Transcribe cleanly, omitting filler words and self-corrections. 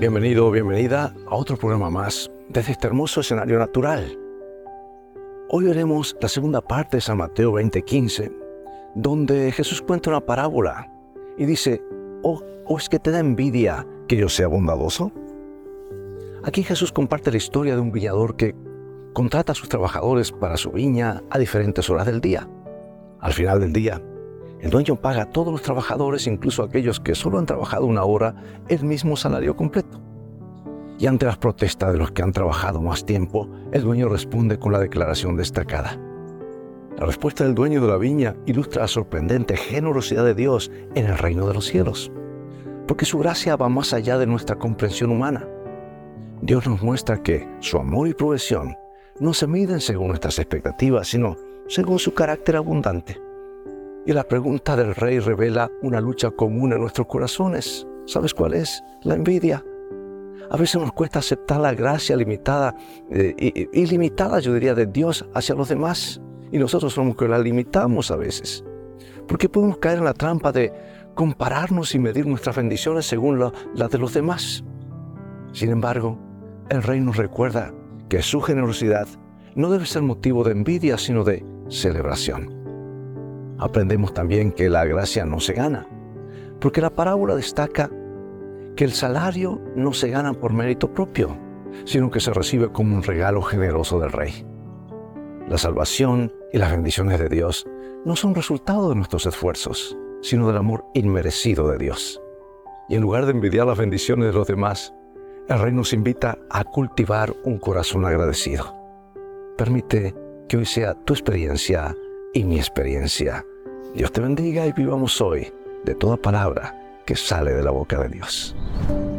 Bienvenido o bienvenida a otro programa más desde este hermoso escenario natural. Hoy veremos la segunda parte de San Mateo 20:15, donde Jesús cuenta una parábola y dice: ¿O es que te da envidia que yo sea bondadoso? Aquí Jesús comparte la historia de un viñador que contrata a sus trabajadores para su viña a diferentes horas del día. Al final del día, el dueño paga a todos los trabajadores, incluso a aquellos que solo han trabajado una hora, el mismo salario completo. Y ante las protestas de los que han trabajado más tiempo, el dueño responde con la declaración destacada. La respuesta del dueño de la viña ilustra la sorprendente generosidad de Dios en el reino de los cielos, porque su gracia va más allá de nuestra comprensión humana. Dios nos muestra que su amor y provisión no se miden según nuestras expectativas, sino según su carácter abundante. Y la pregunta del rey revela una lucha común en nuestros corazones. ¿Sabes cuál es? La envidia. A veces nos cuesta aceptar la gracia limitada, ilimitada, yo diría, de Dios hacia los demás. Y nosotros somos que la limitamos a veces. Porque podemos caer en la trampa de compararnos y medir nuestras bendiciones según las de los demás. Sin embargo, el rey nos recuerda que su generosidad no debe ser motivo de envidia, sino de celebración. Aprendemos también que la gracia no se gana, porque la parábola destaca que el salario no se gana por mérito propio, sino que se recibe como un regalo generoso del Rey. La salvación y las bendiciones de Dios no son resultado de nuestros esfuerzos, sino del amor inmerecido de Dios. Y en lugar de envidiar las bendiciones de los demás, el Rey nos invita a cultivar un corazón agradecido. Permite que hoy sea tu experiencia y mi experiencia. Dios te bendiga y vivamos hoy de toda palabra que sale de la boca de Dios.